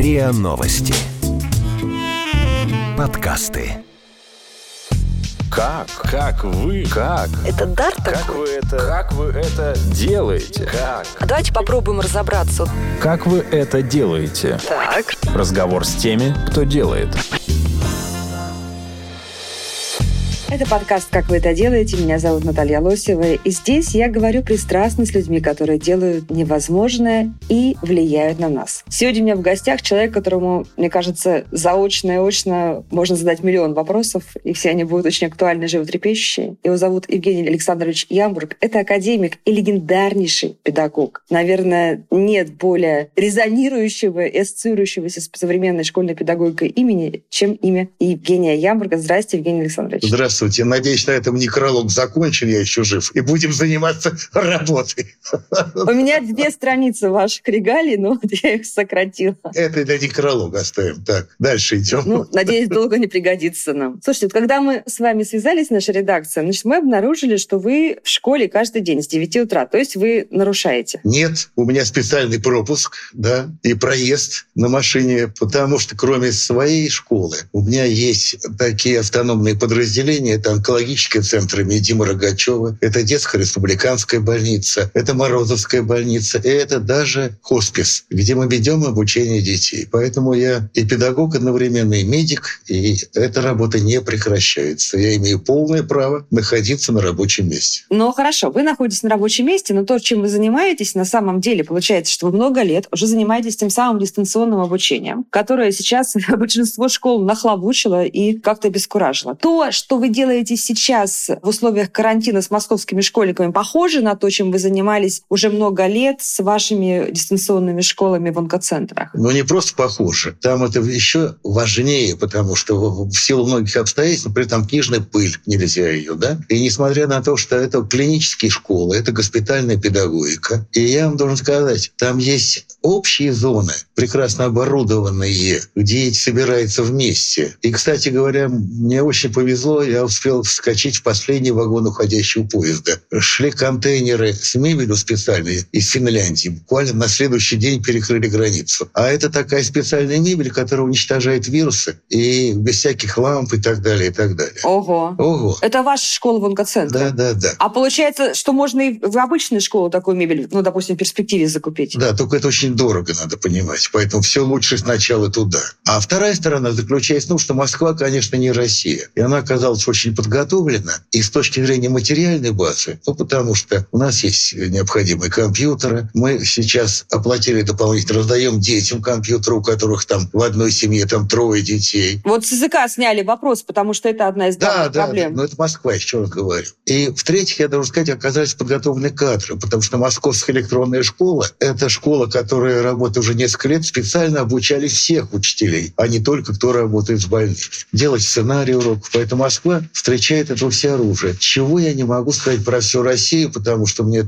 РИА Новости. Подкасты. Как вы? Это дар такой? Как вы это делаете? Как? А давайте попробуем разобраться. Как вы это делаете? Так. Разговор с теми, кто делает. Это подкаст «Как вы это делаете?». Меня зовут Наталья Лосева. И здесь я говорю пристрастно с людьми, которые делают невозможное и влияют на нас. Сегодня у меня в гостях человек, которому, мне кажется, заочно и очно можно задать миллион вопросов, и все они будут очень актуальны и животрепещущие. Его зовут Евгений Александрович Ямбург. Это академик и легендарнейший педагог. Наверное, нет более резонирующего и ассоциирующегося с современной школьной педагогикой имени, чем имя Евгения Ямбурга. Здравствуйте, Евгений Александрович. Здравствуйте. Надеюсь, на этом некролог закончен, я еще жив, и будем заниматься работой. У меня 2 страницы ваших регалий, но вот я их сократила. Это для некролога оставим. Так, дальше идем. Надеюсь, долго не пригодится нам. Слушайте, вот когда мы с вами связались, наша редакция, значит, мы обнаружили, что вы в школе каждый день с 9 утра, то есть вы нарушаете. Нет, у меня специальный пропуск, да, и проезд на машине, потому что кроме своей школы у меня есть такие автономные подразделения. Это онкологический центр имени Димы Рогачева, это детская республиканская больница, это Морозовская больница, и это даже хоспис, где мы ведем обучение детей. Поэтому я и педагог одновременно, и медик, и эта работа не прекращается. Я имею полное право находиться на рабочем месте. Ну, хорошо, вы находитесь на рабочем месте, но то, чем вы занимаетесь, на самом деле, получается, что вы много лет уже занимаетесь тем самым дистанционным обучением, которое сейчас большинство школ нахлобучило и как-то обескуражило. То, что вы делаете сейчас в условиях карантина с московскими школьниками, похоже на то, чем вы занимались уже много лет с вашими дистанционными школами в онкоцентрах? Но не просто похоже. Там это еще важнее, потому что в силу многих обстоятельств, например, там книжная пыль, нельзя ее, да? И несмотря на то, что это клинические школы, это госпитальная педагогика, и я вам должен сказать, там есть общие зоны, прекрасно оборудованные, где дети собираются вместе. И, кстати говоря, мне очень повезло, я успел вскочить в последний вагон уходящего поезда. Шли контейнеры с мебелью специальной из Финляндии. Буквально на следующий день перекрыли границу. А это такая специальная мебель, которая уничтожает вирусы и без всяких ламп и так далее, и так далее. Ого. Это ваша школа в онкоцентре? Да. А получается, что можно и в обычную школу такую мебель, допустим, в перспективе закупить? Да, только это очень дорого, надо понимать. Поэтому все лучше сначала туда. А вторая сторона заключается в том, что Москва, конечно, не Россия. И она оказалась очень подготовлена. И с точки зрения материальной базы, потому что у нас есть необходимые компьютеры. Мы сейчас оплатили дополнительно, раздаем детям компьютеры, у которых там в одной семье там 3 детей. Вот с языка сняли вопрос, потому что это одна из главных проблем. Да, но это Москва, еще раз говорю. И в-третьих, я должен сказать, оказались подготовлены кадры, потому что Московская электронная школа — это школа, которая работает уже несколько лет, специально обучали всех учителей, а не только кто работает в больнице. Делать сценарий уроков. Поэтому Москва встречает это всеоружие. Чего я не могу сказать про всю Россию, потому что у меня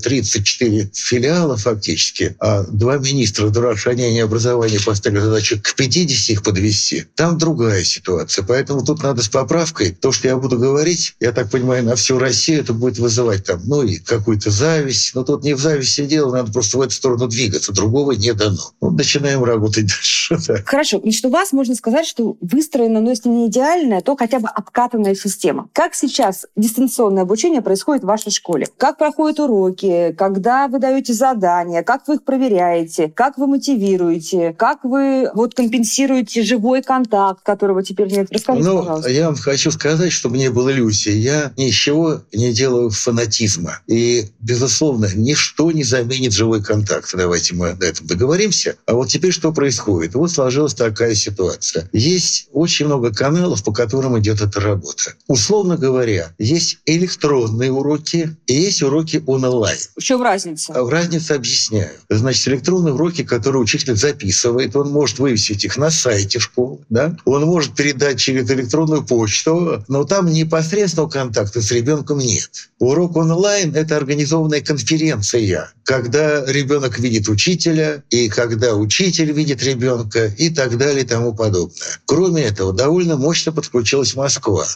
34 филиала фактически, а 2 министра здравоохранения и образования поставили задачу к 50 их подвести. Там другая ситуация. Поэтому тут надо с поправкой. То, что я буду говорить, я так понимаю, на всю Россию это будет вызывать там, и какую-то зависть. Но тут не в зависти дело, надо просто в эту сторону двигаться. Другого не дано. Начинаем работать дальше. Да. Хорошо. Значит, у вас можно сказать, что выстроена, если не идеальная, то хотя бы обкатанная система. Как сейчас дистанционное обучение происходит в вашей школе? Как проходят уроки? Когда вы даете задания? Как вы их проверяете? Как вы мотивируете? Как вы компенсируете живой контакт, которого теперь нет? Расскажите, пожалуйста. Я вам хочу сказать, чтобы не было иллюзий. Я ничего не делаю фанатизма. И, безусловно, ничто не заменит живой контакт. Давайте мы на этом договоримся. А вот теперь что происходит? Вот сложилась такая ситуация. Есть очень много каналов, по которым идет эта работа. Условно говоря, есть электронные уроки и есть уроки онлайн. В чем разница? Разницу объясняю. Значит, электронные уроки, которые учитель записывает, он может вывесить их на сайте школы, да? Он может передать через электронную почту, но там непосредственного контакта с ребенком нет. Урок онлайн — это организованная конференция, когда ребенок видит учителя, и когда учитель видит ребенка, и так далее, и тому подобное. Кроме этого, довольно мощно подключилась Москва, потому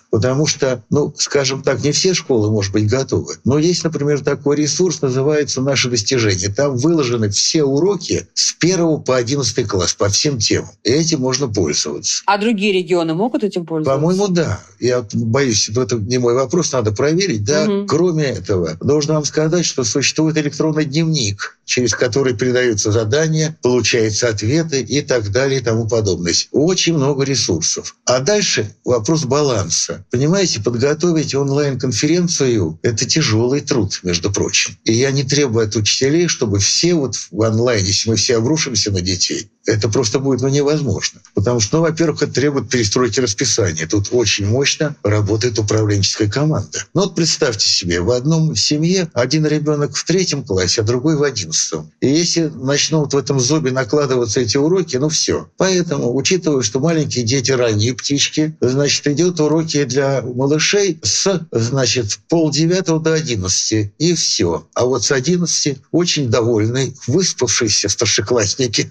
Потому что, скажем так, не все школы, может быть, готовы. Но есть, например, такой ресурс, называется «Наши достижения». Там выложены все уроки с 1 по 11 класс по всем темам. И этим можно пользоваться. А другие регионы могут этим пользоваться? По-моему, да. Я боюсь, это не мой вопрос, надо проверить. Да? Кроме этого, должен вам сказать, что существует электронный дневник, через который передаются задания, получаются ответы и так далее и тому подобное. Очень много ресурсов. А дальше вопрос баланса. Понимаете, подготовить онлайн-конференцию – это тяжелый труд, между прочим. И я не требую от учителей, чтобы все в онлайне, если мы все обрушимся на детей, это просто будет невозможно. Потому что, во-первых, это требует перестройки расписания. Тут очень мощно работает управленческая команда. Представьте себе, в одном семье один ребенок в 3 классе, а другой в 11. И если начнут в этом зубе накладываться эти уроки, все. Поэтому, учитывая, что маленькие дети ранние птички, идет уроки для малышей с, 8:30 до 11. И все. А вот с 11 очень довольные, выспавшиеся старшеклассники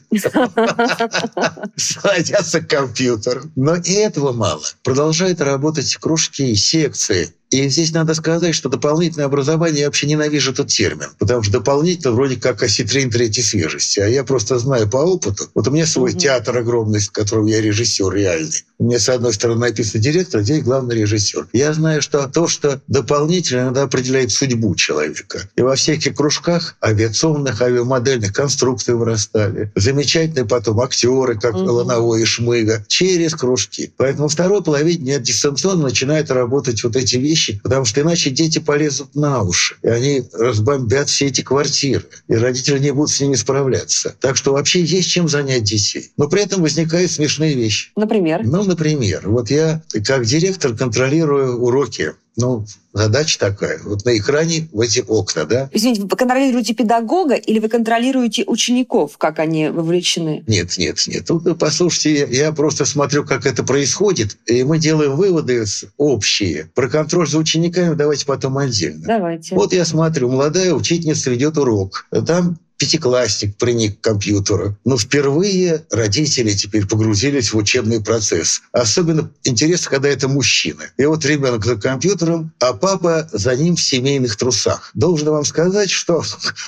садятся к компьютеру. Но и этого мало. Продолжают работать кружки, секции. И здесь надо сказать, что дополнительное образование, я вообще ненавижу этот термин, потому что дополнительно вроде как осетрин третьей свежести. А я просто знаю по опыту. Вот у меня свой театр огромный, в котором я режиссер реальный. У меня с одной стороны написано директор, а здесь главный режиссер. Я знаю, что то, что дополнительно иногда определяет судьбу человека. И во всяких кружках авиационных, авиамодельных конструкций вырастали. Замечательные потом актеры, как Лановой и Шмыга, через кружки. Поэтому во второй половине дня дистанционно начинают работать вот эти вещи, потому что иначе дети полезут на уши, и они разбомбят все эти квартиры, и родители не будут с ними справляться. Так что вообще есть чем занять детей. Но при этом возникают смешные вещи. Например? Например, вот я как директор контролирую уроки. Задача такая. Вот на экране в эти окна, да? Извините, вы контролируете педагога или вы контролируете учеников, как они вовлечены? Нет. Тут, послушайте, я просто смотрю, как это происходит, и мы делаем выводы общие. Про контроль за учениками давайте потом отдельно. Давайте. Вот я смотрю, молодая учительница ведет урок. Там 5-классник приник к компьютеру. Но впервые родители теперь погрузились в учебный процесс. Особенно интересно, когда это мужчина. И вот ребенок за компьютером, а папа за ним в семейных трусах. Должен вам сказать, что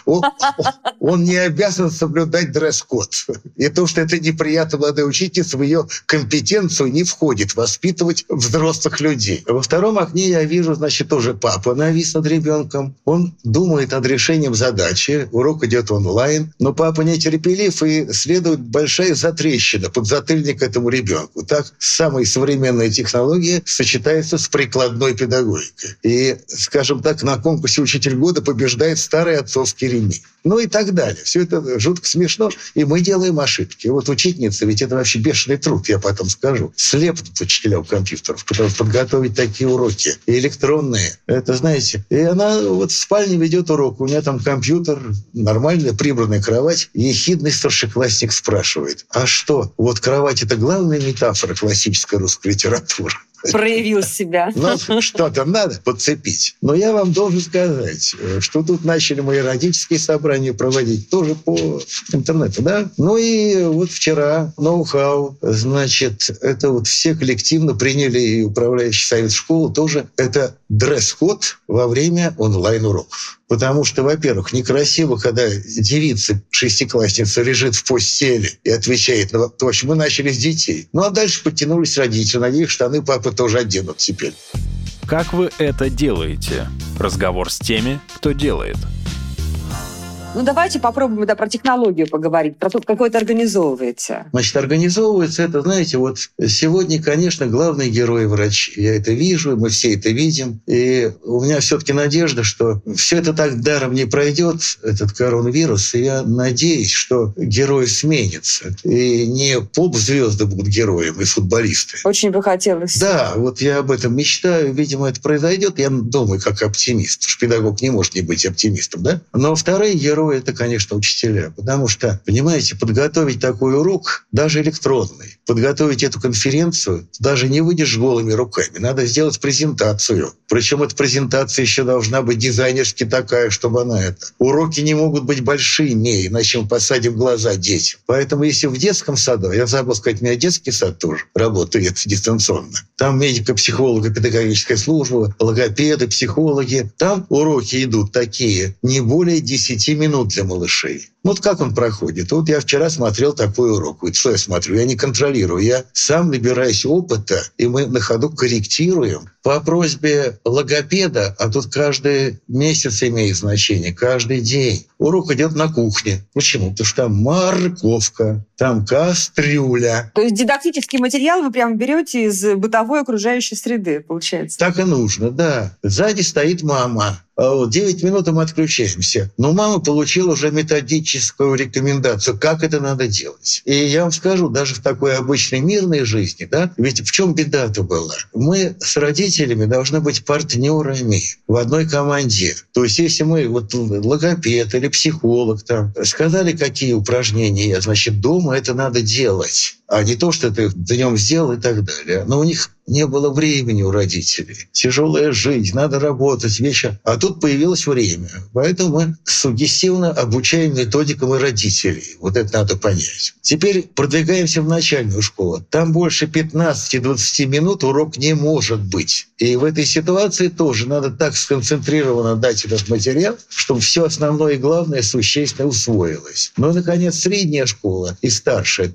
он не обязан соблюдать дресс-код. И то, что это неприятно молодая учительница, в ее компетенцию не входит воспитывать взрослых людей. Во втором окне я вижу, тоже папа навис над ребенком. Он думает над решением задачи. Урок идет онлайн, но папа нетерпелив, и следует большая затрещина, подзатыльник этому ребенку. Так самая современная технология сочетается с прикладной педагогикой. И, скажем так, на конкурсе «Учитель года» побеждает старый отцовский ремень. И так далее. Все это жутко смешно, и мы делаем ошибки. Вот учительница, ведь это вообще бешеный труд, я потом скажу. Слепнут учителя у компьютеров, потому что подготовить такие уроки. И электронные. Это, знаете, и она в спальне ведет урок. У нее там компьютер, нормальная прибранная кровать. Ехидный старшеклассник спрашивает: а что, кровать — это главная метафора классической русской литературы? Проявил себя. Что-то надо подцепить. Но я вам должен сказать, что тут начали мои родительские собрания проводить тоже по интернету, да? И вот вчера ноу-хау, это все коллективно приняли, и управляющий совет школы тоже, это дресс-код во время онлайн-уроков. Потому что, во-первых, некрасиво, когда девица, 6-классница, лежит в постели и отвечает на то, что мы начали с детей. А дальше подтянулись родители. Надеюсь, штаны папы тоже оденут теперь. Как вы это делаете? Разговор с теми, кто делает. Давайте попробуем про технологию поговорить, про то, как это организовывается. Организовывается это, сегодня, конечно, главный герой врач. Я это вижу, мы все это видим. И у меня все-таки надежда, что все это так даром не пройдет, этот коронавирус. И я надеюсь, что герой сменится. И не поп-звезды будут героем, и футболисты. Очень бы хотелось. Да, я об этом мечтаю. Видимо, это произойдет. Я думаю, как оптимист. Потому что педагог не может не быть оптимистом, да? Но вторые герои Второе – это, конечно, учителя. Потому что, понимаете, подготовить такой урок, даже электронный, подготовить эту конференцию, даже не выйдешь голыми руками. Надо сделать презентацию. Причем эта презентация еще должна быть дизайнерски такая, чтобы она это. Уроки не могут быть большими, иначе мы посадим глаза детям. Поэтому если в детском саду, я забыл сказать, у меня детский сад тоже работает дистанционно. Там медико-психолого-педагогическая служба, логопеды, психологи. Там уроки идут такие, не более 10 минут для малышей. Вот как он проходит? Вот я вчера смотрел такой урок. Вот что я смотрю? Я не контролирую. Я сам набираюсь опыта, и мы на ходу корректируем. По просьбе логопеда, а тут каждый месяц имеет значение, каждый день. Урок идет на кухне. Почему? Потому что там морковка, там кастрюля. То есть дидактический материал вы прямо берете из бытовой окружающей среды, получается? Так и нужно, да. Сзади стоит мама. 9 минут, и мы отключаемся. Но мама получила уже методическую рекомендацию, как это надо делать. И я вам скажу, даже в такой обычной мирной жизни, да, ведь в чем беда-то была? Мы с родителями должны быть партнерами в одной команде. То есть если мы, вот логопед или психолог, там, сказали, какие упражнения, значит, дома это надо делать, а не то, что ты днем сделал и так далее. Но у них не было времени у родителей. Тяжелая жизнь, надо работать, вечер. А тут появилось время. Поэтому мы суггестивно обучаем методикам и родителей. Вот это надо понять. Теперь продвигаемся в начальную школу. Там больше 15-20 минут урок не может быть. И в этой ситуации тоже надо так сконцентрированно дать этот материал, чтобы все основное и главное существенно усвоилось. Ну и, наконец, средняя школа и старшая.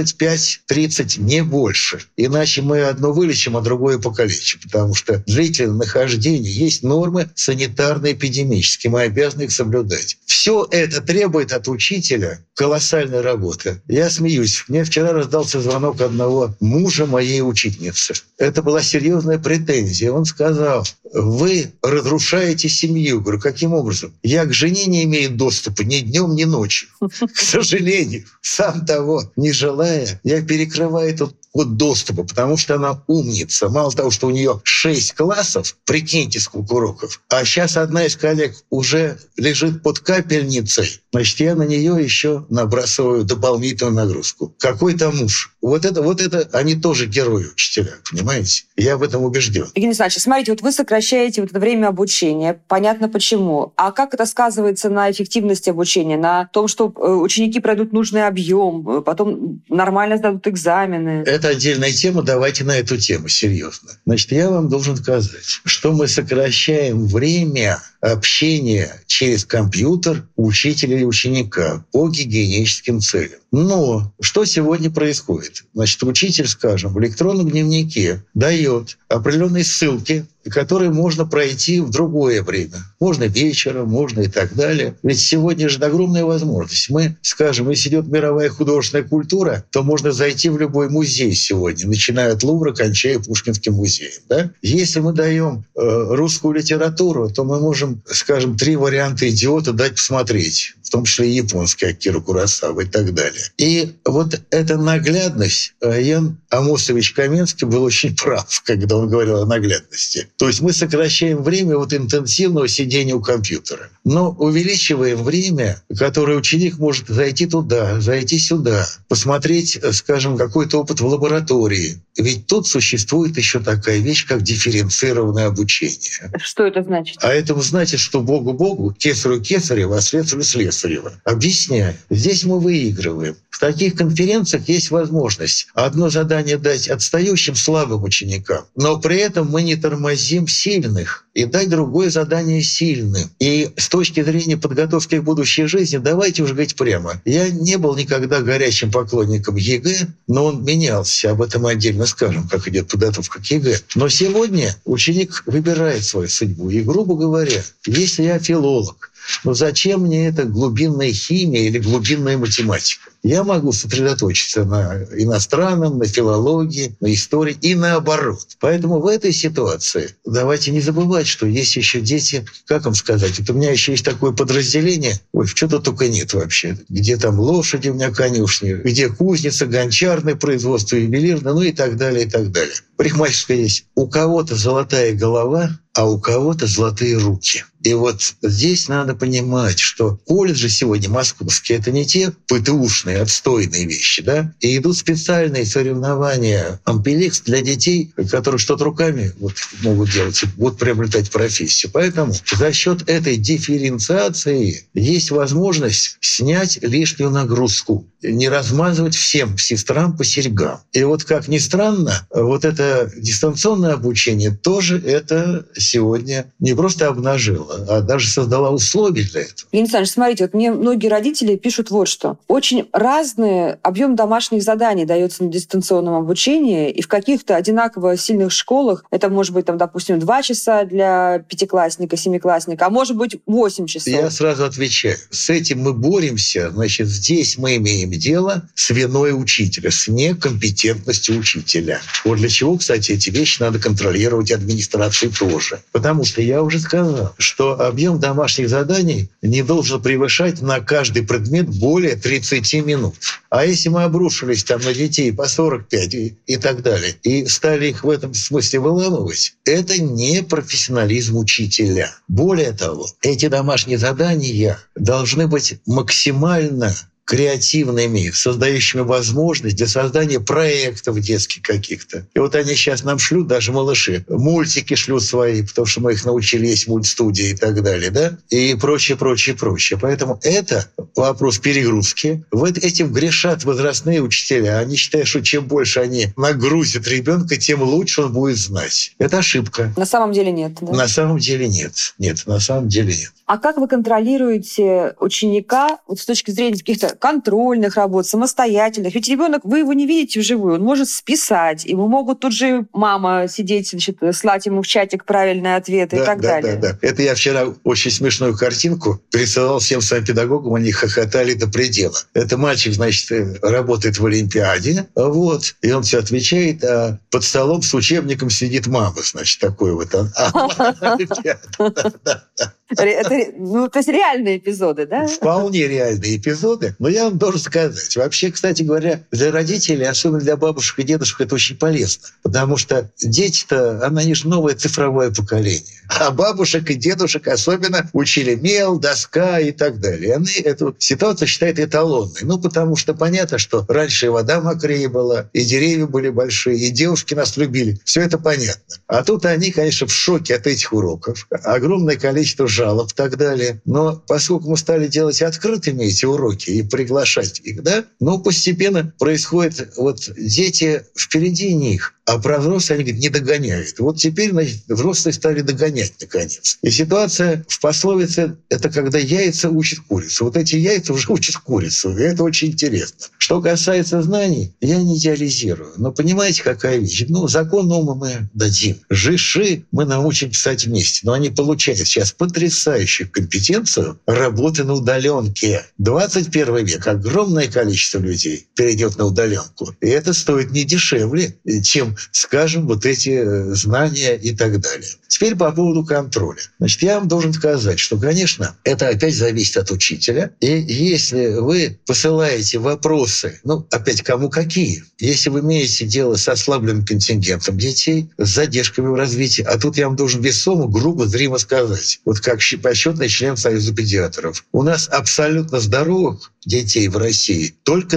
35-30, не больше. Иначе мы одно вылечим, а другое покалечим. Потому что длительное нахождение, есть нормы санитарно-эпидемические. Мы обязаны их соблюдать. Все это требует от учителя колоссальной работы. Я смеюсь. Мне вчера раздался звонок одного мужа моей учительницы. Это была серьезная претензия. Он сказал: вы разрушаете семью. Говорю, каким образом? Я к жене не имею доступа ни днем, ни ночью. К сожалению, сам того не желая, я перекрываю этот доступа, потому что она умница. Мало того, что у нее 6 классов, прикиньте, сколько уроков, а сейчас одна из коллег уже лежит под капельницей, значит, я на нее еще набрасываю дополнительную нагрузку. Какой там муж? Вот это они тоже герои, учителя, понимаете? Я в этом убежден. Евгений Александрович, смотрите, вот вы сокращаете вот это время обучения, понятно почему. А как это сказывается на эффективности обучения, на том, что ученики пройдут нужный объем, потом нормально сдадут экзамены? Это отдельная тема, давайте на эту тему серьезно. Значит, я вам должен сказать, что мы сокращаем время общения через компьютер учителя и ученика по гигиеническим целям. Но что сегодня происходит? Значит, учитель, скажем, в электронном дневнике дает определенные ссылки, которые можно пройти в другое время. Можно вечером, можно и так далее. Ведь сегодня же огромная возможность. Мы, скажем, если идет мировая художественная культура, то можно зайти в любой музей сегодня, начиная от Лувра, кончая Пушкинским музеем. Да? Если мы даем русскую литературу, то мы можем, скажем, 3 варианта «Идиота» дать посмотреть, в том числе и японский Акиру Куросава и так далее. И вот эта наглядность, Ян Амосович Каменский был очень прав, когда он говорил о наглядности. То есть мы сокращаем время вот интенсивного сидения у компьютера, но увеличиваем время, которое ученик может зайти туда, зайти сюда, посмотреть, скажем, какой-то опыт в лаборатории. Ведь тут существует еще такая вещь, как дифференцированное обучение. Что это значит? А это значит, что Богу-Богу, кесарю Кесарева, а слесарю Слесарева. Объясняю. Здесь мы выигрываем. В таких конференциях есть возможность одно задание дать отстающим, слабым ученикам, но при этом мы не тормозим сильных, и дать другое задание сильным. И с точки зрения подготовки к будущей жизни, давайте уже говорить прямо. Я не был никогда горячим поклонником ЕГЭ, но он менялся. Об этом отдельно скажем, как идет подготовка к ЕГЭ. Но сегодня ученик выбирает свою судьбу. И, грубо говоря, если я филолог, но зачем мне эта глубинная химия или глубинная математика? Я могу сосредоточиться на иностранном, на филологии, на истории и наоборот. Поэтому в этой ситуации давайте не забывать, что есть еще дети, как вам сказать, вот у меня еще есть такое подразделение, ой, что-то только нет вообще. Где там лошади у меня конюшни, где кузница, гончарное производство, ювелирное, ну и так далее, и так далее. Парикмахерская есть. У кого-то золотая голова, а у кого-то золотые руки. И вот здесь надо понимать, что колледжи сегодня московские — это не те ПТУшные, отстойные вещи, да? И идут специальные соревнования «Ампеликс» для детей, которые что-то руками могут делать, будут приобретать профессию. Поэтому за счет этой дифференциации есть возможность снять лишнюю нагрузку, не размазывать всем сестрам по серьгам. И вот, как ни странно, вот это дистанционное обучение тоже это сегодня не просто обнажило, а даже создала условия для этого. Евгений Александрович, смотрите, вот мне многие родители пишут вот что. Очень разный объем домашних заданий дается на дистанционном обучении, и в каких-то одинаково сильных школах это может быть, допустим, 2 часа для пятиклассника, семиклассника, а может быть 8 часов. Я сразу отвечаю. С этим мы боремся. Значит, здесь мы имеем дело с виной учителя, с некомпетентностью учителя. Вот для чего, кстати, эти вещи надо контролировать администрации тоже. Потому что я уже сказал, что объем домашних заданий не должен превышать на каждый предмет более 30 минут. А если мы обрушились там на детей по 45 и так далее, и стали их в этом смысле выламывать, это не профессионализм учителя. Более того, эти домашние задания должны быть максимально креативными, создающими возможность для создания проектов детских каких-то. И вот они сейчас нам шлют, даже малыши, мультики шлют свои, потому что мы их научили, есть мультстудии и так далее, да, и прочее, прочее, прочее. Поэтому это вопрос перегрузки. Вот этим грешат возрастные учителя. Они считают, что чем больше они нагрузят ребенка, тем лучше он будет знать. Это ошибка. На самом деле нет, да? На самом деле нет. Нет, на самом деле нет. А как вы контролируете ученика вот с точки зрения каких-то контрольных работ, самостоятельных? Ведь ребенок, вы его не видите вживую, он может списать, ему могут тут же мама сидеть, значит, слать ему в чатик правильные ответы и так далее. Да. Это я вчера очень смешную картинку присылал всем своим педагогам, они хохотали до предела. Это мальчик, значит, работает в Олимпиаде, вот, и он все отвечает, а под столом с учебником сидит мама, значит, такой вот. То есть реальные эпизоды, да? Вполне реальные эпизоды. Но я вам должен сказать, вообще, кстати говоря, для родителей, особенно для бабушек и дедушек, это очень полезно. Потому что дети-то, они же новое цифровое поколение. А бабушек и дедушек особенно учили мел, доска и так далее. И они эту ситуацию считают эталонной. Потому что понятно, что раньше и вода мокрее была, и деревья были большие, и девушки нас любили. Все это понятно. А тут они, конечно, в шоке от этих уроков. Огромное количество жалоб и так далее. Но поскольку мы стали делать открытыми эти уроки и приглашать их, да, постепенно происходит, дети впереди них, а про взрослых они не догоняют. Вот теперь, значит, взрослые стали догонять, наконец. И ситуация в пословице — это когда яйца учат курицу. Вот эти яйца уже учат курицу, и это очень интересно. Что касается знаний, я не идеализирую. Но понимаете, какая вещь? Закон ума мы дадим. Жиши мы научим писать вместе. Но они получают сейчас потрясающую компетенцию работы на удаленке. 21 век. Огромное количество людей перейдет на удаленку. И это стоит не дешевле, чем, скажем, эти знания и так далее. Теперь по поводу контроля. Значит, я вам должен сказать, что, конечно, это опять зависит от учителя. И если вы посылаете вопросы, опять кому какие? Если вы имеете дело с ослабленным контингентом детей, с задержками в развитии, а тут я вам должен весомо, грубо, зримо сказать, как почетный член Союза педиатров, у нас абсолютно здоровых детей в России только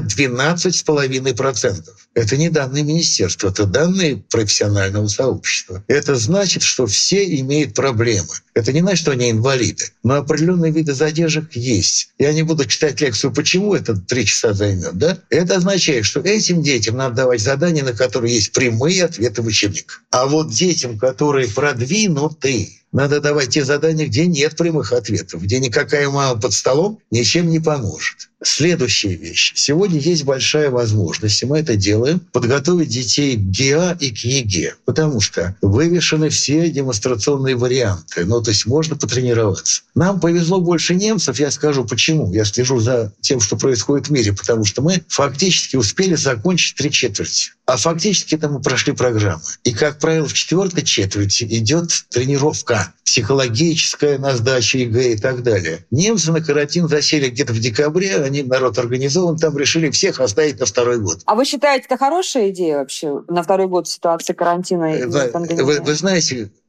12,5%. Это не данные министерства, это данные профессионального сообщества. Это значит, что все имеют проблемы. Это не значит, что они инвалиды, но определенные виды задержек есть. Я не буду читать лекцию, почему это 3 часа займет, да? Это означает, что этим детям надо давать задания, на которые есть прямые ответы в учебниках. А детям, которые продвинуты, надо давать те задания, где нет прямых ответов, где никакая мама под столом ничем не поможет. Следующая вещь. Сегодня есть большая возможность, и мы это делаем, подготовить детей к ГИА и к ЕГЭ, потому что вывешены все демонстрационные варианты. То есть можно потренироваться. Нам повезло больше немцев, я скажу почему. Я слежу за тем, что происходит в мире, потому что мы фактически успели закончить 3 четверти. А фактически мы прошли программу. И, как правило, в 4-й четверти идет тренировка психологическая на сдачу ЕГЭ и так далее. Немцы на карантин засели где-то в декабре, они народ организован, там решили всех оставить на 2-й год. А вы считаете, это хорошая идея вообще на 2-й год ситуации карантина и пандемии? Вы знаете,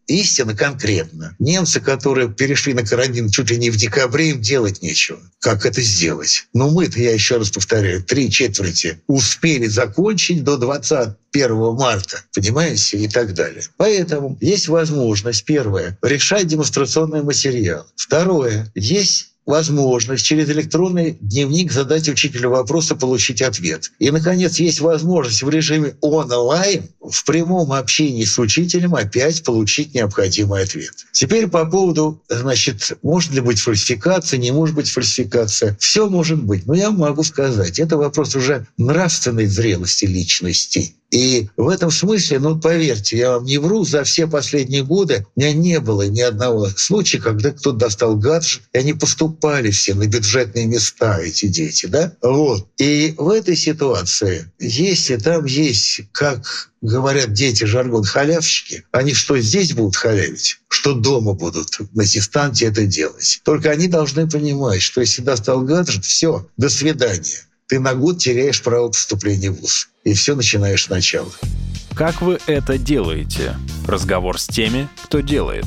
истина конкретно. Немцы, которые перешли на карантин чуть ли не в декабре, им делать нечего. Как это сделать? Но мы-то, я еще раз повторяю, 3/4 успели закончить до 21 марта, понимаете, и так далее. Поэтому есть возможность, первое, решать демонстрационный материал. Второе, есть возможность через электронный дневник задать учителю вопрос и получить ответ. И, наконец, есть возможность в режиме онлайн в прямом общении с учителем опять получить необходимый ответ. Теперь по поводу, может ли быть фальсификация, не может быть фальсификация. Все может быть. Но я могу сказать, это вопрос уже нравственной зрелости личности. И в этом смысле, поверьте, я вам не вру, за все последние годы у меня не было ни одного случая, когда кто-то достал гаджет, и они поступали все на бюджетные места, эти дети, да? Вот. И в этой ситуации, если там есть, как говорят дети, жаргон, халявщики, они что здесь будут халявить, что дома будут на дистанции это делать. Только они должны понимать, что если достал гаджет, все, до свидания. Ты на год теряешь право поступления в вуз. И все начинаешь сначала. Как вы это делаете? Разговор с теми, кто делает.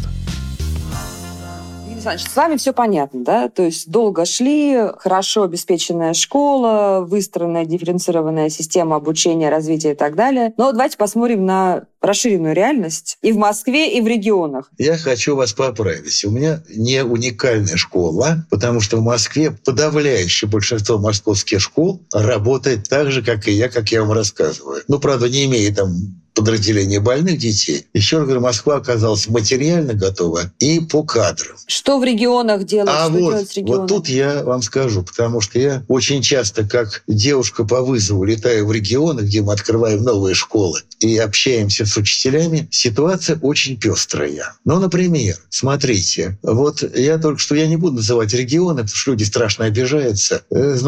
С вами все понятно, да? То есть долго шли, хорошо обеспеченная школа, выстроенная дифференцированная система обучения, развития и так далее. Но давайте посмотрим на расширенную реальность и в Москве, и в регионах. Я хочу вас поправить. У меня не уникальная школа, потому что в Москве подавляющее большинство московских школ работает так же, как и я, как я вам рассказываю. Правда, не имея подразделения больных детей. Еще раз говорю, Москва оказалась материально готова и по кадрам. Что в регионах делать? Делать с регионами? Вот тут я вам скажу, потому что я очень часто, как девушка по вызову, летаю в регионы, где мы открываем новые школы и общаемся с учителями. Ситуация очень пестрая. Например, смотрите, я только что, я не буду называть регионы, потому что люди страшно обижаются.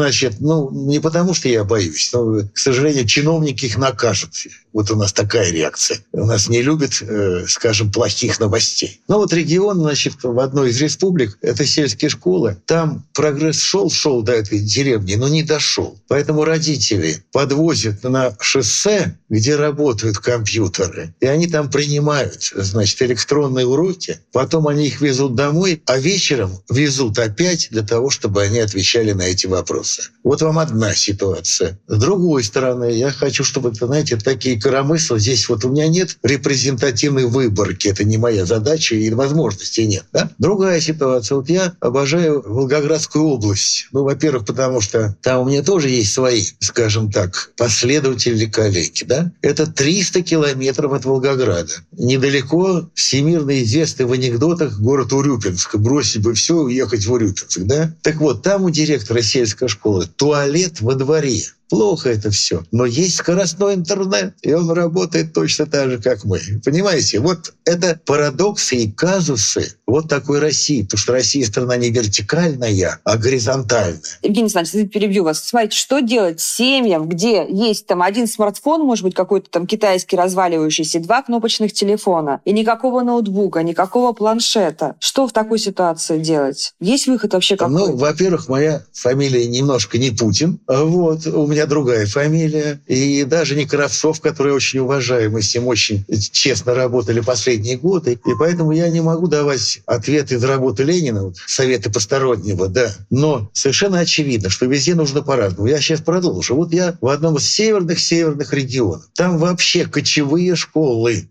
Не потому что я боюсь, но, к сожалению, чиновники их накажут. У нас такая реакция. У нас не любят, плохих новостей. Регион, в одной из республик, это сельские школы, там прогресс шел до этой деревни, но не дошел. Поэтому родители подвозят на шоссе, где работают компьютеры, и они там принимают, электронные уроки, потом они их везут домой, а вечером везут опять для того, чтобы они отвечали на эти вопросы. Вот вам одна ситуация. С другой стороны, я хочу, чтобы, такие коромыслы. Здесь у меня нет репрезентативной выборки. Это не моя задача, и возможностей нет. Да? Другая ситуация. Я обожаю Волгоградскую область. Во-первых, потому что там у меня тоже есть свои, последователи, коллеги. Да? Это 300 километров от Волгограда. Недалеко всемирно известный в анекдотах город Урюпинск. Бросить бы все и уехать в Урюпинск. Да? Так вот, там у директора сельской школы туалет во дворе. Плохо это все. Но есть скоростной интернет, и он работает точно так же, как мы. Понимаете? Это парадоксы и казусы такой России. Потому что Россия страна не вертикальная, а горизонтальная. Евгений Александрович, перебью вас. Смотрите, что делать семьям, где есть один смартфон, может быть, какой-то китайский разваливающийся, 2 кнопочных телефона, и никакого ноутбука, никакого планшета. Что в такой ситуации делать? Есть выход вообще какой-то? Во-первых, моя фамилия немножко не Путин. У меня другая фамилия. И даже не Кравцов, который очень уважаемый, с ним очень честно работали последние годы. И поэтому я не могу давать ответы из работы Ленина, советы постороннего, да. Но совершенно очевидно, что везде нужно по-разному. Я сейчас продолжу. Я в одном из северных регионов. Там вообще кочевые школы,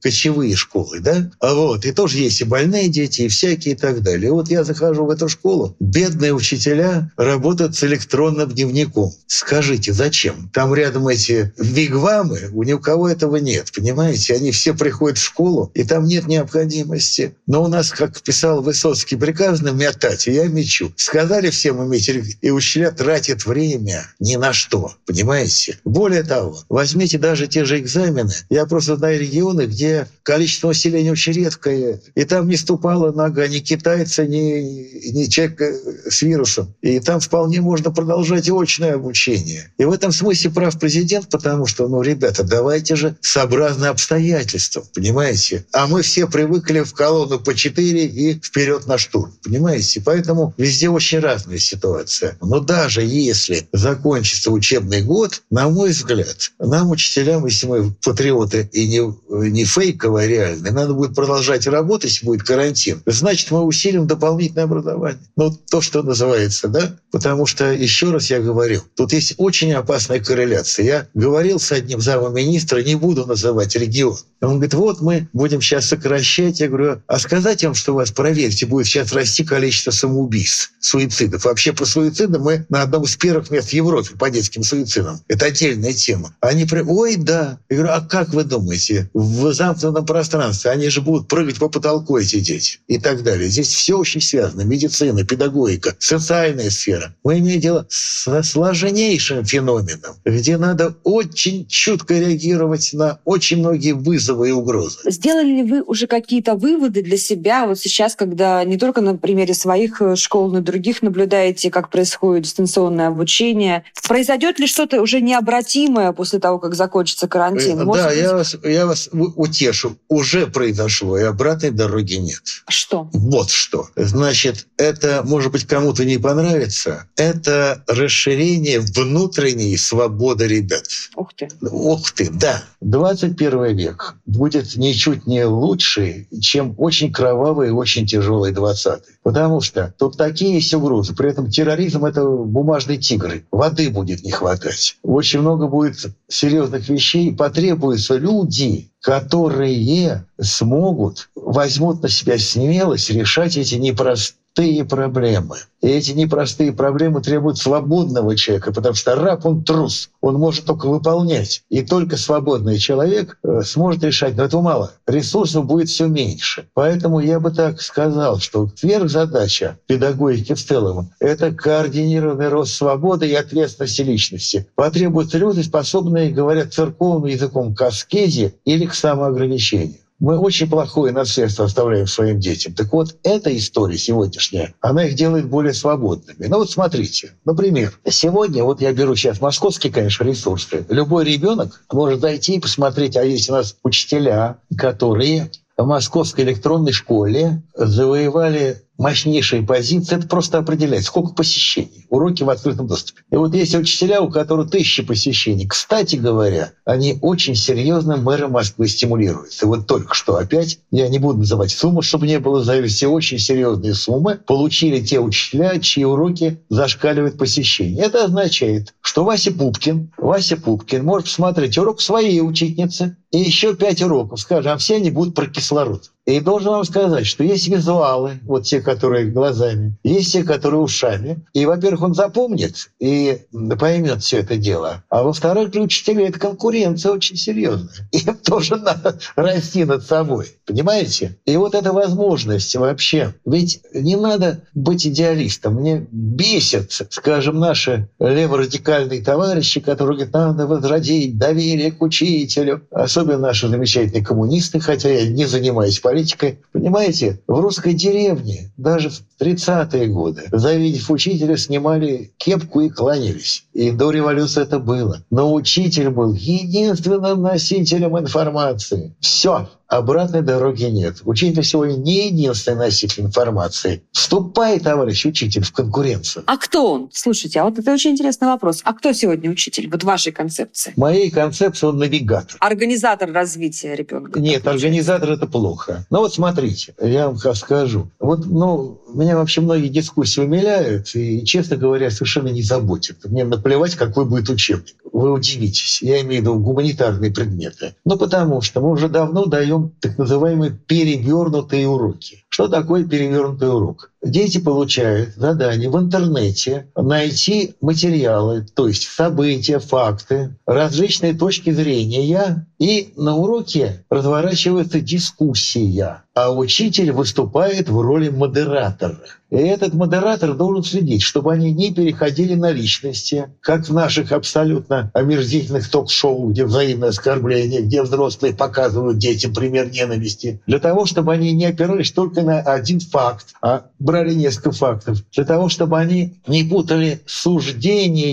да. И тоже есть и больные дети, и всякие, и так далее. Я захожу в эту школу, бедные учителя работают с электронным дневником. Скажите, зачем? Там рядом эти вигвамы, у ни у кого этого нет, понимаете? Они все приходят в школу, и там нет необходимости. Но у нас, как писал Высоцкий, приказано метать, и я мечу. Сказали всем уметь, и учителя тратят время ни на что, понимаете? Более того, возьмите даже те же экзамены. Я просто знаю регионы, где количество населения очень редкое, и там не ступала нога ни китайца, ни человека с вирусом. И там вполне можно продолжать очное обучение. И в этом этом смысле прав президент, потому что, ребята, давайте же сообразно обстоятельствам, понимаете? А мы все привыкли в колонну по 4 и вперед на штурм, понимаете? Поэтому везде очень разная ситуация. Но даже если закончится учебный год, на мой взгляд, нам, учителям, если мы патриоты и не фейковые, а реальные, надо будет продолжать работать, если будет карантин. Значит, мы усилим дополнительное образование. То, что называется, да? Потому что, еще раз я говорю, тут есть очень опасная корреляция. Я говорил с одним замминистра, не буду называть регион. Он говорит, мы будем сейчас сокращать. Я говорю, а сказать вам, что у вас, проверьте, будет сейчас расти количество самоубийств, суицидов. Вообще по суицидам мы на одном из первых мест в Европе по детским суицидам. Это отдельная тема. Они ой, да. Я говорю, а как вы думаете, в замкнутом пространстве они же будут прыгать по потолку, эти дети, и так далее. Здесь все очень связано. Медицина, педагогика, социальная сфера. Мы имеем дело с сложнейшим феноменом, где надо очень чутко реагировать на очень многие вызовы и угрозы. Сделали ли вы уже какие-то выводы для себя вот сейчас, когда не только на примере своих школ, но и других наблюдаете, как происходит дистанционное обучение? Произойдет ли что-то уже необратимое после того, как закончится карантин? Я вас утешу. Уже произошло, и обратной дороги нет. Что? Вот что. Значит, это, может быть, кому-то не понравится. Это расширение внутренней свободы ребят. Ух ты. Ух ты, да. 21 век будет ничуть не лучше, чем очень кровавый и очень тяжелый 20-й. Потому что тут такие есть угрозы. При этом терроризм — это бумажный тигр. Воды будет не хватать. Очень много будет серьезных вещей. Потребуются люди, которые возьмут на себя смелость решать эти непростые проблемы. И эти непростые проблемы требуют свободного человека, потому что раб, он трус, он может только выполнять. И только свободный человек сможет решать. Но этого мало. Ресурсов будет все меньше. Поэтому я бы так сказал, что сверхзадача педагогики в целом — это координированный рост свободы и ответственности личности. Потребуются люди, способные, говорят церковным языком, к аскезе или к самоограничению. Мы очень плохое наследство оставляем своим детям. Так вот, эта история сегодняшняя, она их делает более свободными. Смотрите, например, сегодня, я беру сейчас московские, конечно, ресурсы. Любой ребенок может зайти и посмотреть, а есть у нас учителя, которые в московской электронной школе завоевали мощнейшие позиции. Это просто определяет, сколько посещений. Уроки в открытом доступе. И есть учителя, у которых 1000 посещений. Кстати говоря, они очень серьезно мэра Москвы стимулируются. Только что опять, я не буду называть сумму, чтобы не было зависти, очень серьезные суммы получили те учителя, чьи уроки зашкаливают посещение. Это означает, что Вася Пупкин может посмотреть урок своей учительницы и еще 5 уроков, скажем, а все они будут про кислород. И должен вам сказать, что есть визуалы, те, которые глазами, есть те, которые ушами. И, во-первых, он запомнит и поймет все это дело. А во-вторых, для учителей это конкуренция очень серьезная. Им тоже надо расти над собой. Понимаете? И эта возможность вообще. Ведь не надо быть идеалистом. Мне бесит, скажем, наши леворадикальные товарищи, которые говорят, надо возродить доверие к учителю. Особенно наши замечательные коммунисты, хотя я не занимаюсь политикой. Понимаете, в русской деревне даже в 30-е годы, завидев учителя, снимали кепку и кланялись. И до революции это было. Но учитель был единственным носителем информации. Все. Обратной дороги нет. Учитель сегодня не единственный носитель информации. Вступай, товарищ учитель, в конкуренцию. А кто он? Слушайте, это очень интересный вопрос. А кто сегодня учитель? В вашей концепции? В моей концепции он навигатор. Организатор развития ребенка. Нет, организатор — это плохо. Смотрите, я вам скажу. Меня вообще многие дискуссии умиляют и, честно говоря, совершенно не заботят. Мне наплевать, какой будет учебник. Вы удивитесь. Я имею в виду гуманитарные предметы. Потому что мы уже давно даем так называемые перевернутые уроки. Что такое перевернутый урок? Дети получают задание в интернете найти материалы, то есть события, факты, различные точки зрения, и на уроке разворачивается дискуссия, а учитель выступает в роли модератора. И этот модератор должен следить, чтобы они не переходили на личности, как в наших абсолютно омерзительных ток-шоу, где взаимное оскорбление, где взрослые показывают детям пример ненависти, для того, чтобы они не опирались только на один факт, а брали несколько фактов, для того, чтобы они не путали суждения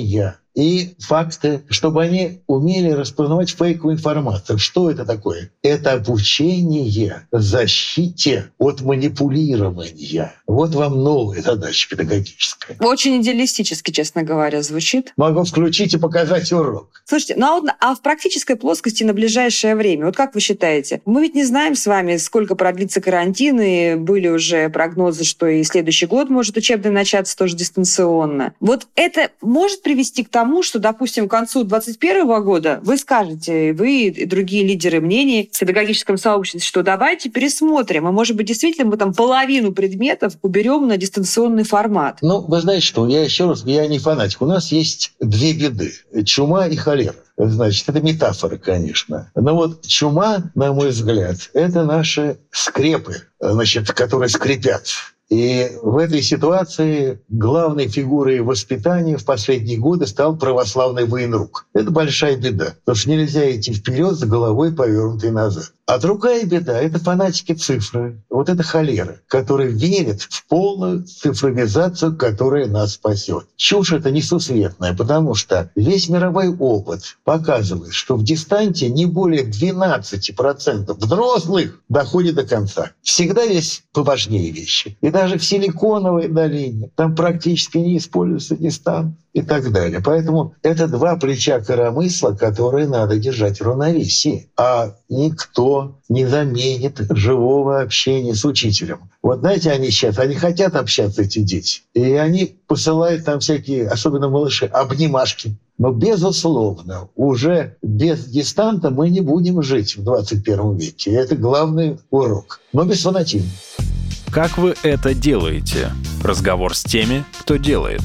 и факты, чтобы они умели распознавать фейковую информацию. Что это такое? Это обучение защите от манипулирования. Вот вам новая задача педагогическая. Очень идеалистически, честно говоря, звучит. Могу включить и показать урок. Слушайте, а в практической плоскости на ближайшее время, вот как вы считаете, мы ведь не знаем с вами, сколько продлится карантин, и были уже прогнозы, что и следующий год может учебный начаться тоже дистанционно. Вот это может привести к тому, что, допустим, к концу 2021 года вы скажете, вы и другие лидеры мнений в педагогическом сообществе, что давайте пересмотрим, и, может быть, действительно мы там половину предметов уберем на дистанционный формат. Вы знаете что, я не фанатик. У нас есть две беды – чума и холера. Значит, это метафора, конечно. Но вот чума, на мой взгляд, это наши скрепы, которые скрипят. И в этой ситуации главной фигурой воспитания в последние годы стал православный военрук. Это большая беда, потому что нельзя идти вперед с головой, повернутой назад. А другая беда – это фанатики цифры. Вот это холера, которые верят в полную цифровизацию, которая нас спасет. Чушь это несусветная, потому что весь мировой опыт показывает, что в дистанте не более 12% взрослых доходит до конца. Всегда есть поважнее вещи. И даже в Силиконовой долине там практически не используется дистант и так далее. Поэтому это два плеча коромысла, которые надо держать в равновесии. А никто не заменит живого общения с учителем. Вот знаете, они хотят общаться, эти дети. И они посылают там всякие, особенно малыши, обнимашки. Но, безусловно, уже без дистанта мы не будем жить в 21 веке. Это главный урок. Но без фанатизма. Как вы это делаете? Разговор с теми, кто делает.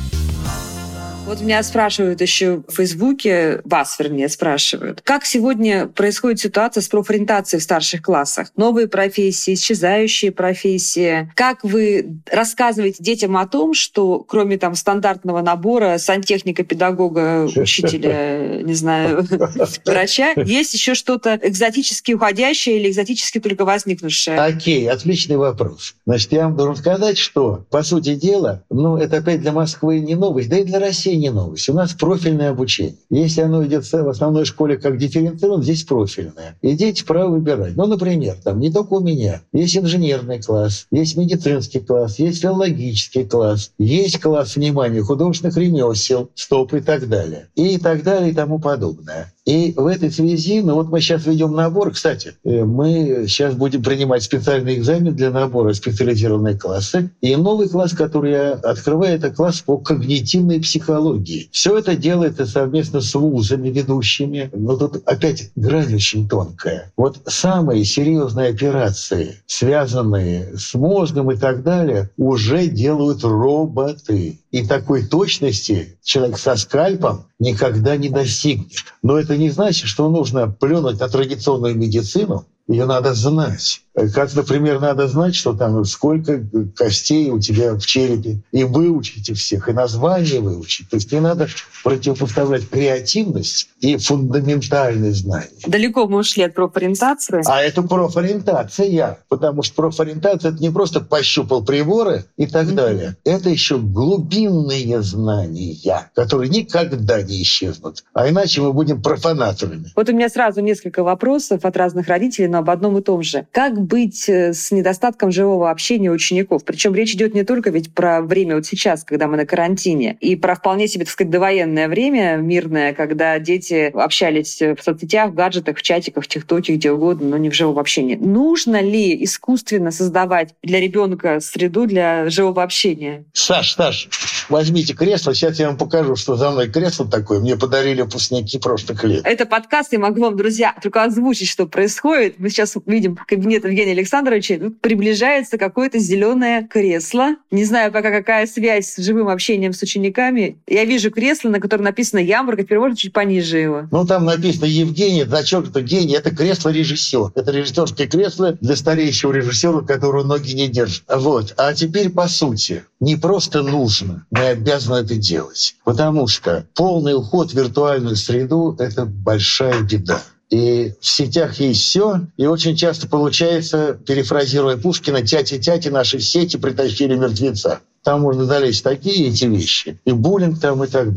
Вот меня спрашивают еще в Фейсбуке, вас, вернее, спрашивают, как сегодня происходит ситуация с профориентацией в старших классах? Новые профессии, исчезающие профессии. Как вы рассказываете детям о том, что кроме там стандартного набора сантехника, педагога, учителя, не знаю, врача, есть еще что-то экзотически уходящее или экзотически только возникнувшее? Окей, отличный вопрос. Значит, я вам должен сказать, что, по сути дела, это опять для Москвы не новость, да и для России не новость. У нас профильное обучение. Если оно идет в основной школе как дифференцировано, здесь профильное. И дети право выбирать. Например, там не только у меня. Есть инженерный класс, есть медицинский класс, есть филологический класс, есть класс, внимания, художественных ремесел, СТОП и так далее. И так далее и тому подобное. И в этой связи, мы сейчас ведем набор. Кстати, мы сейчас будем принимать специальный экзамен для набора в специализированные классы. И новый класс, который я открываю, это класс по когнитивной психологии. Все это делается совместно с вузами ведущими. Но тут опять грань очень тонкая. Вот самые серьезные операции, связанные с мозгом и так далее, уже делают роботы. И такой точности человек со скальпом никогда не достигнет. Но это не значит, что нужно плюнуть на традиционную медицину. Ее надо знать. Как, например, надо знать, что там сколько костей у тебя в черепе. И выучить их всех, и названия выучить. То есть не надо противопоставлять креативность и фундаментальные знания. Далеко мы ушли от профориентации. А это профориентация. Потому что профориентация — это не просто пощупал приборы и так далее. Это еще глубинные знания, которые никогда не исчезнут. А иначе мы будем профанаторами. Вот у меня сразу несколько вопросов от разных родителей, но об одном и том же. Как быть с недостатком живого общения учеников? Причем речь идет не только ведь про время вот сейчас, когда мы на карантине, и про вполне себе, так сказать, довоенное время мирное, когда дети общались в соцсетях, в гаджетах, в чатиках, в ТикТоке, где угодно, но не в живом общении. Нужно ли искусственно создавать для ребенка среду для живого общения? Саш, возьмите кресло, сейчас я вам покажу, что за мной кресло такое. Мне подарили выпускники прошлых лет. Это подкаст, я могу вам, друзья, только озвучить, что происходит. Мы сейчас видим кабинет Евгения Александровича, тут приближается какое-то зеленое кресло. Не знаю пока, какая связь с живым общением с учениками. Я вижу кресло, на котором написано «Ямбург», а теперь можно чуть пониже его. Там написано «Евгений», зачеркнуто «Гений». Это кресло режиссера. Это режиссерское кресло для стареющего режиссера, которого ноги не держат. А теперь по сути. Не просто нужно, мы обязаны это делать. Потому что полный уход в виртуальную среду — это большая беда. И в сетях есть все, и очень часто получается, перефразируя Пушкина, «тяти-тяти, наши сети притащили мертвеца». Там можно залезть такие эти вещи, и буллинг там, и так далее.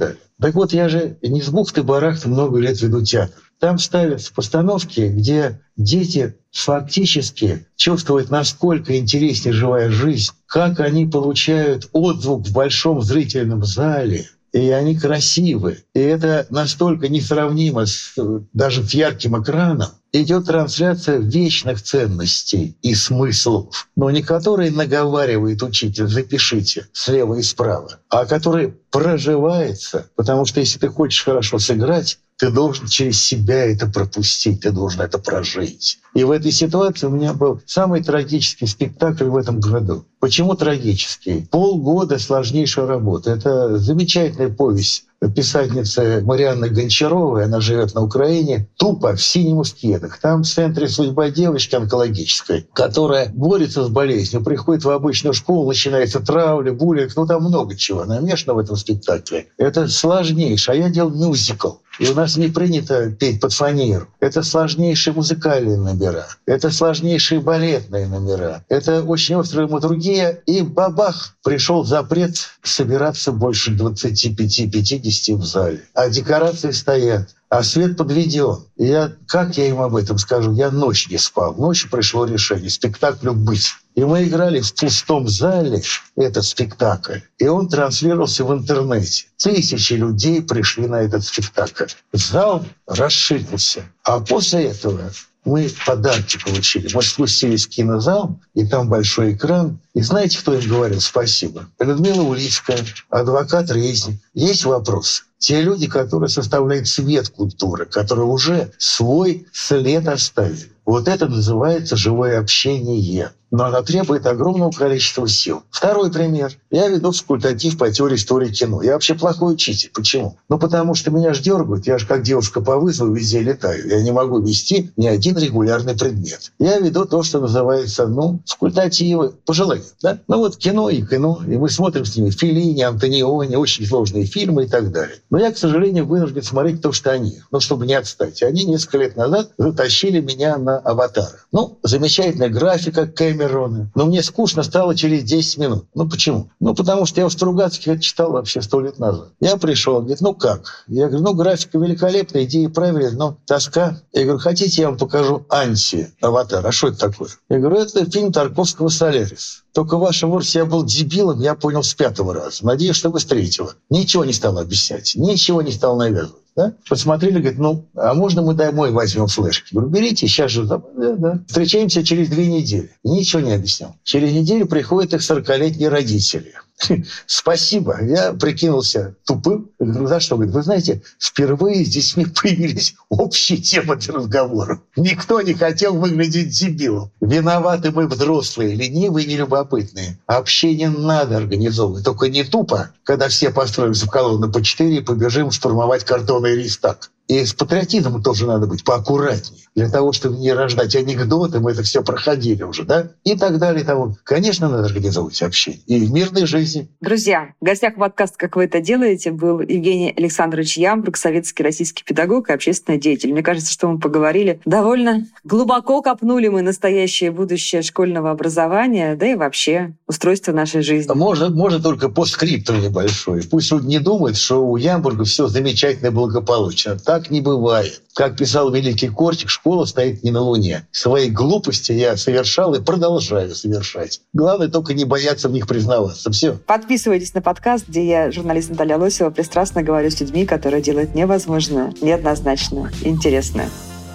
Так вот, я же не с бухты-барахты много лет веду театр. Там ставят постановки, где дети фактически чувствуют, насколько интереснее живая жизнь, как они получают отзвук в большом зрительном зале, и они красивы. И это настолько несравнимо даже с ярким экраном. Идет трансляция вечных ценностей и смыслов, но не которые наговаривает учитель, запишите слева и справа, а которые проживается, потому что если ты хочешь хорошо сыграть, ты должен через себя это пропустить, ты должен это прожить. И в этой ситуации у меня был самый трагический спектакль в этом году. Почему трагический? Полгода сложнейшей работы. Это замечательная повесть писательницы Марианны Гончаровой, она живет на Украине, «Тупо в синем кедах». Там в центре судьба девочки онкологической, которая борется с болезнью, приходит в обычную школу, начинается травля, буллинг, там много чего намешано в этом спектакле. Это сложнейшее. А я делал мюзикл. И у нас не принято петь под фанеру. Это сложнейшие музыкальные номера. Это сложнейшие балетные номера. Это очень острая драматургия. И бабах! Пришел запрет собираться больше 25-50 в зале. А декорации стоят. А свет подведен. И как я им об этом скажу? Я ночь не спал. Ночью пришло решение спектаклю быть. И мы играли в пустом зале этот спектакль. И он транслировался в интернете. Тысячи людей пришли на этот спектакль. Зал расширился. А после этого мы подарки получили. Мы спустились в кинозал, и там большой экран. И знаете, кто им говорил спасибо? Людмила Улицкая, адвокат Резник. Есть вопрос? Те люди, которые составляют цвет культуры, которые уже свой след оставили. Вот это называется живое общение. Но оно требует огромного количества сил. Второй пример. Я веду факультатив по теории истории кино. Я вообще плохой учитель. Почему? Потому что меня же дергают. Я же как девушка по вызову везде летаю. Я не могу вести ни один регулярный предмет. Я веду то, что называется, факультативы по желанию. Да? Кино. И мы смотрим с ними Феллини, Антониони, очень сложные фильмы и так далее. Но я, к сожалению, вынужден смотреть то, что они. Чтобы не отстать. Они несколько лет назад затащили меня на «Аватара». Замечательная графика Кэмерона. Но мне скучно стало через 10 минут. Почему? Потому что я в Стругацких это читал вообще 100 лет назад. Я пришел, он говорит, как? Я говорю, графика великолепная, идеи правильные, но тоска. Я говорю, хотите, я вам покажу анти-аватар? А что это такое? Я говорю, это фильм Тарковского «Солярис». Только в вашем версии я был дебилом, я понял с 5-го раза. Надеюсь, что вы с 3-го. Ничего не стал объяснять, ничего не стал навязывать. Да? Посмотрели, говорит, а можно мы домой возьмем флешки? Говорю, берите, сейчас же. Да. Встречаемся через 2 недели. Ничего не объяснял. Через неделю приходят их 40-летние родители. Спасибо. Я прикинулся тупым. Говорю, за что? Говорит, вы знаете, впервые с детьми появились общие темы для разговора. Никто не хотел выглядеть дебилом. Виноваты мы взрослые, ленивые, нелюбопытные. Общение надо организовывать. Только не тупо, когда все построимся в колонну по 4 и побежим штурмовать картонный Рейхстаг. И с патриотизмом тоже надо быть поаккуратнее. Для того, чтобы не рождать анекдоты, мы это все проходили уже, да? И так далее. Конечно, надо организовывать общение. И в мирной жизни. Друзья, в гостях подкаста «Как вы это делаете» был Евгений Александрович Ямбург, советский российский педагог и общественный деятель. Мне кажется, что мы поговорили довольно глубоко, копнули мы настоящее будущее школьного образования, да и вообще устройство нашей жизни. Можно только по скрипту небольшой. Пусть люди не думают, что у Ямбурга все замечательно и благополучно. Так не бывает. Как писал великий Кортик, школа стоит не на Луне. Свои глупости я совершал и продолжаю совершать. Главное только не бояться в них признаваться. Все. Подписывайтесь на подкаст, где я, журналист Наталья Лосева, пристрастно говорю с людьми, которые делают невозможное, неоднозначное, интересное.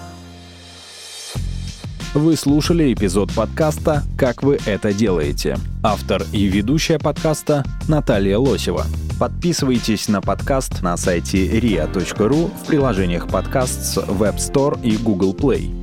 Вы слушали эпизод подкаста «Как вы это делаете». Автор и ведущая подкаста Наталья Лосева. Подписывайтесь на подкаст на сайте ria.ru, в приложениях подкаст с Web Store и Google Play.